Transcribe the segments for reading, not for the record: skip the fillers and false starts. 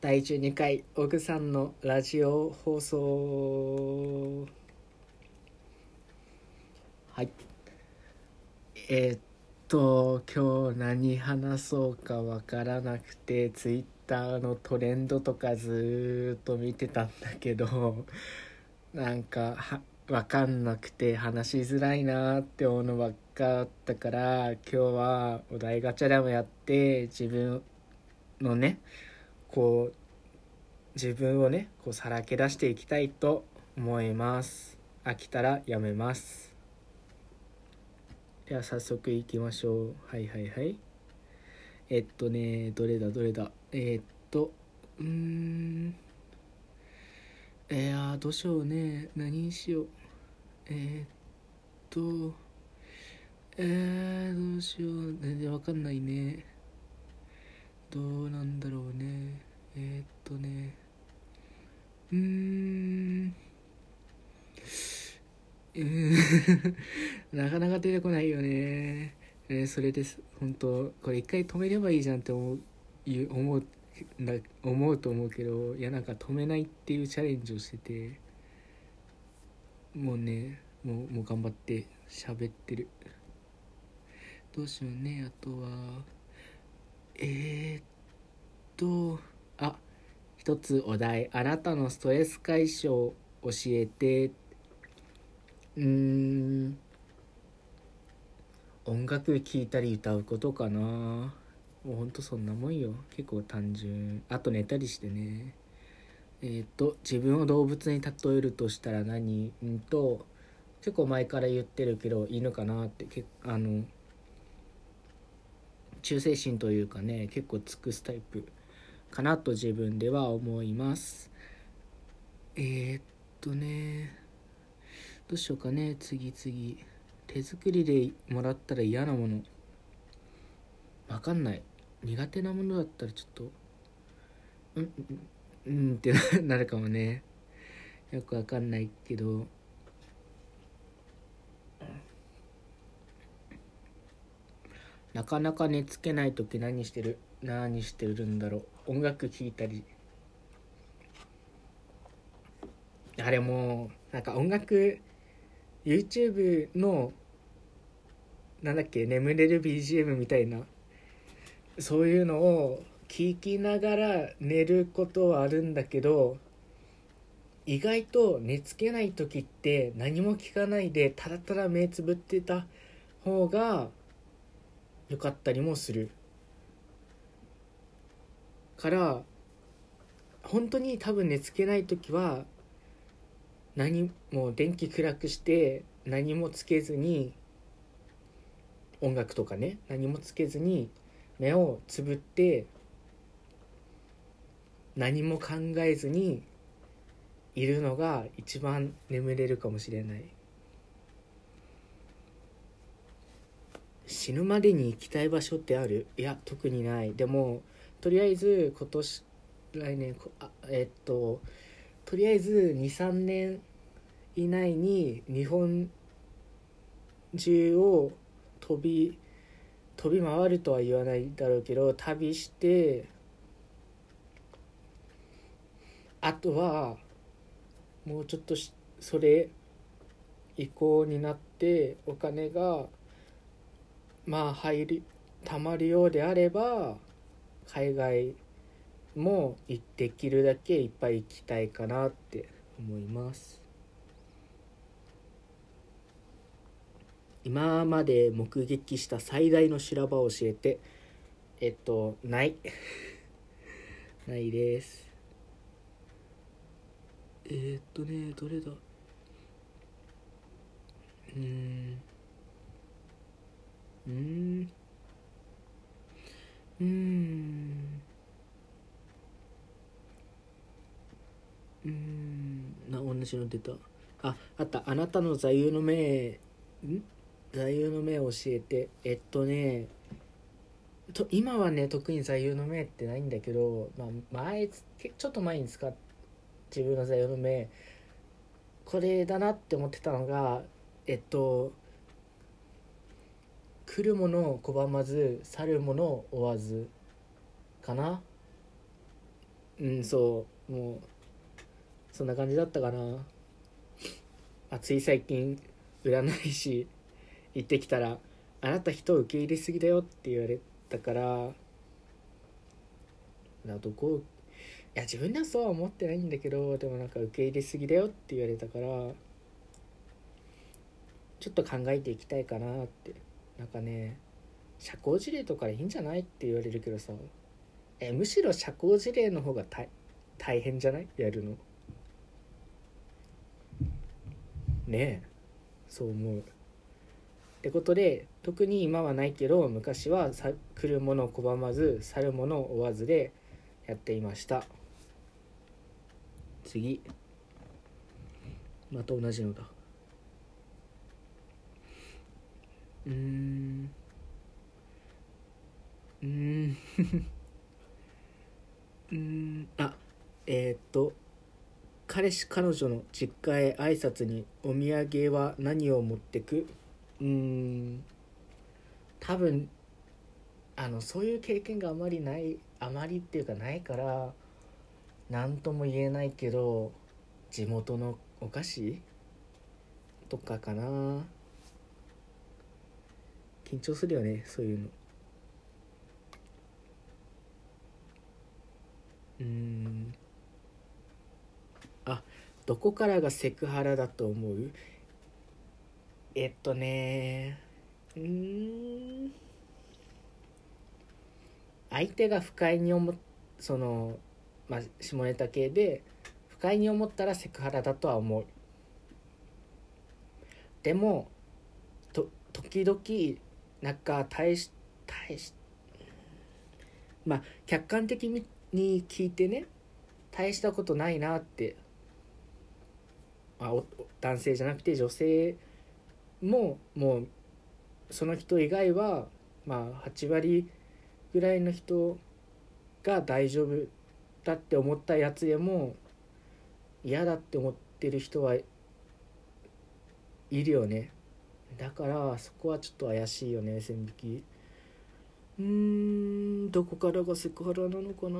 第12回オグさんのラジオ放送。はい。今日何話そうかわからなくて、ツイッターのトレンドとかずっと見てたんだけど、なんかわかんなくて話しづらいなって思うのばっかだったから、今日はお題ガチャでもやって自分のね、こう自分をねこうさらけ出していきたいと思います。飽きたらやめます。では早速いきましょう。はいはいはい。どれだうーんどうしようね。何にしよう。どうしよう。全然わかんないね。どうなんだろうね。うーんなかなか出てこないよね。それです。本当これ一回止めればいいじゃんって思うと思うけど、いやなんか止めないっていうチャレンジをしてて、もうね、もう頑張って喋ってる。どうしようね。あとはえー、っとあ一つお題、あなたのストレス解消教えて。音楽聴いたり歌うことかな。もうほんとそんなもんよ。結構単純。あと寝たりしてね。自分を動物に例えるとしたら何結構前から言ってるけど犬かなって。忠誠心というかね、結構尽くすタイプかなと自分では思います。ねどうしようかね。次手作りでもらったら嫌なもの、わかんない。苦手なものだったらちょっとってなるかもね。よくわかんないけど、なかなか寝つけない時何してるんだろう。音楽聴いたり。あれもなんか音楽 YouTube のなんだっけ、眠れる BGM みたいな、そういうのを聞きながら寝ることはあるんだけど、意外と寝つけない時って何も聞かないでただただ目つぶってた方が良かったりもするから、本当に多分寝つけない時は何も電気暗くして何もつけずに、音楽とかね何もつけずに目をつぶって何も考えずにいるのが一番眠れるかもしれない。死ぬまでに行きたい場所ってある？いや特にない。でもとりあえず来年とりあえず 2,3 年以内に日本中を飛び回るとは言わないだろうけど旅して、あとはもうちょっとそれ以降になってお金がたまるようであれば海外もできるだけいっぱい行きたいかなって思います。今まで目撃した最大の修羅場を教えて。ないないです。どれだ。うーんうーんうーん同じの出た。あった。あなたの座右の銘を教えて。今はね特に座右の銘ってないんだけど、ちょっと前に自分の座右の銘これだなって思ってたのが、来るもの拒まず去るもの追わずかな。 そうもうそんな感じだったかな。つい最近占い師行ってきたら、あなた人を受け入れすぎだよって言われたから、どこいや自分ではそうは思ってないんだけど、でもなんか受け入れすぎだよって言われたから、ちょっと考えていきたいかなって。なんかね、社交辞令とかでいいんじゃないって言われるけどさ、むしろ社交辞令の方が大変じゃない？やるのねえ、そう思う。ってことで、特に今はないけど昔は来るものを拒まず去るものを追わずでやっていました。次、また同じのだ。うーんうーん彼氏彼女の実家へ挨拶にお土産は何を持ってく？多分そういう経験があまりっていうかないから何とも言えないけど、地元のお菓子とかかな。緊張するよね、そういうの。あ、どこからがセクハラだと思う？えっとねうーん相手が不快に思っその下ネタ系で不快に思ったらセクハラだとは思う。でも時々なんか大し客観的に聞いてね、大したことないなって、男性じゃなくて女性ももうその人以外は8割ぐらいの人が大丈夫だって思ったやつでも嫌だって思ってる人はいるよね。だからそこはちょっと怪しいよね、線引き。どこからがセクハラなのかな。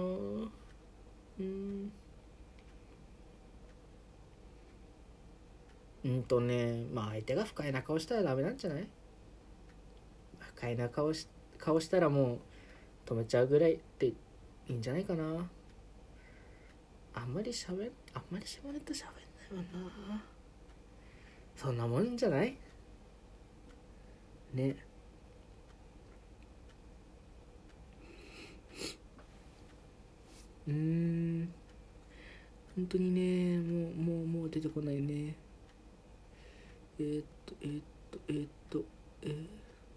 相手が不快な顔したらダメなんじゃない？不快な顔したらもう止めちゃうぐらいっていいんじゃないかな。あんまり下ネタ喋んないもんな。そんなもんじゃないね。本当にね、もう出てこないね。えー、っとえー、っとえー、っとえー、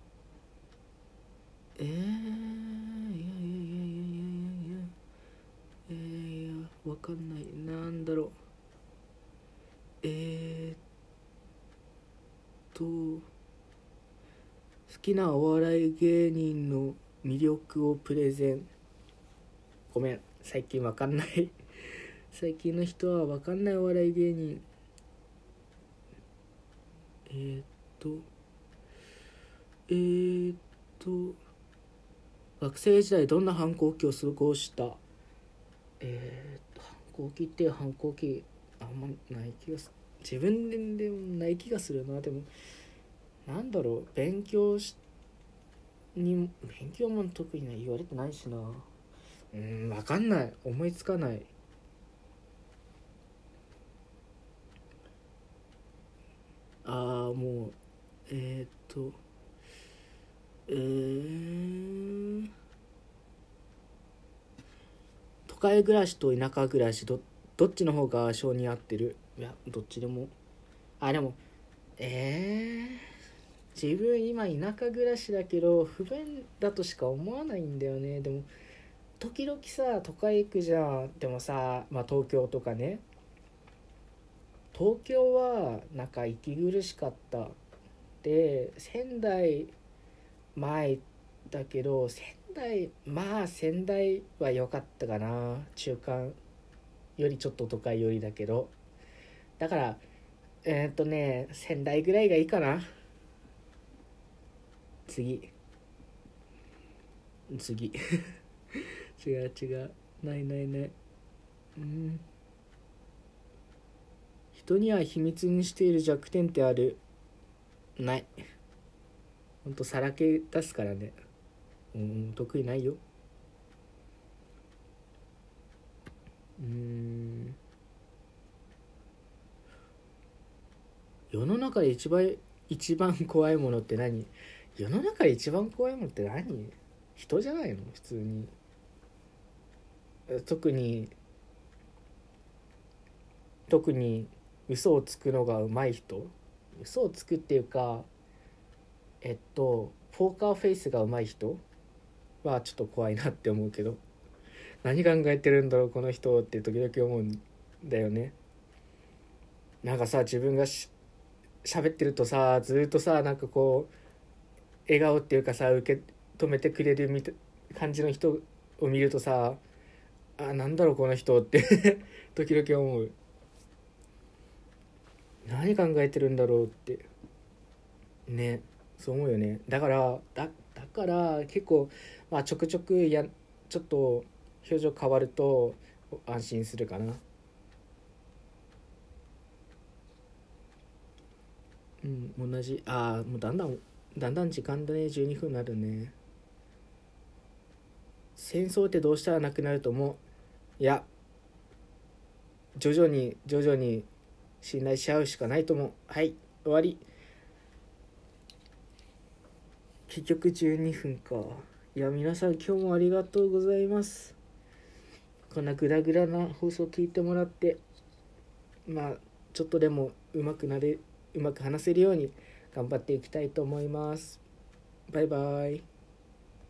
えー、いやいやいやいやいやいやわかんない。なんだろう。好きなお笑い芸人の魅力をプレゼン。ごめん、最近わかんない最近の人はわかんない。お笑い芸人、えー、っとえー、っと学生時代どんな反抗期を過ごした？反抗期っていう反抗期あんまない気がする。自分でもない気がするな。でもなんだろう、勉強も特に言われてないしな。わかんない、思いつかない。もう都会暮らしと田舎暮らしどっちの方が性に合ってる？いやどっちでも。でも自分今田舎暮らしだけど不便だとしか思わないんだよね。でも時々さ都会行くじゃん。でもさ、東京とかね、東京はなんか息苦しかった。で仙台前だけど、仙台は良かったかな。中間よりちょっと都会よりだけど、だから仙台ぐらいがいいかな。次違うない。 人には秘密にしている弱点ってある？ない。ほんとさらけ出すからね。得意ないよ。世の中で一番怖いものって何？世の中で一番怖いものって何？人じゃないの？普通に。特に嘘をつくのが上手い人、嘘をつくっていうか、ポーカーフェイスが上手い人はちょっと怖いなって思うけど、何考えてるんだろうこの人って時々思うんだよね。なんかさ、自分が喋ってるとさ、ずっとさ、なんかこう笑顔っていうかさ、受け止めてくれる感じの人を見るとさ、なんだろうこの人って時々思う。何考えてるんだろうってね、そう思うよね。だから結構、ちょくちょくちょっと表情変わると安心するかな。同じ。もうだんだん時間だね。12分になるね。戦争ってどうしたらなくなると思う？いや、徐々に信頼し合うしかないと思う。はい、終わり。結局12分か。いや、皆さん今日もありがとうございます。こんなグダグダな放送聞いてもらって、ちょっとでもうまく話せるように頑張っていきたいと思います。バイバイ。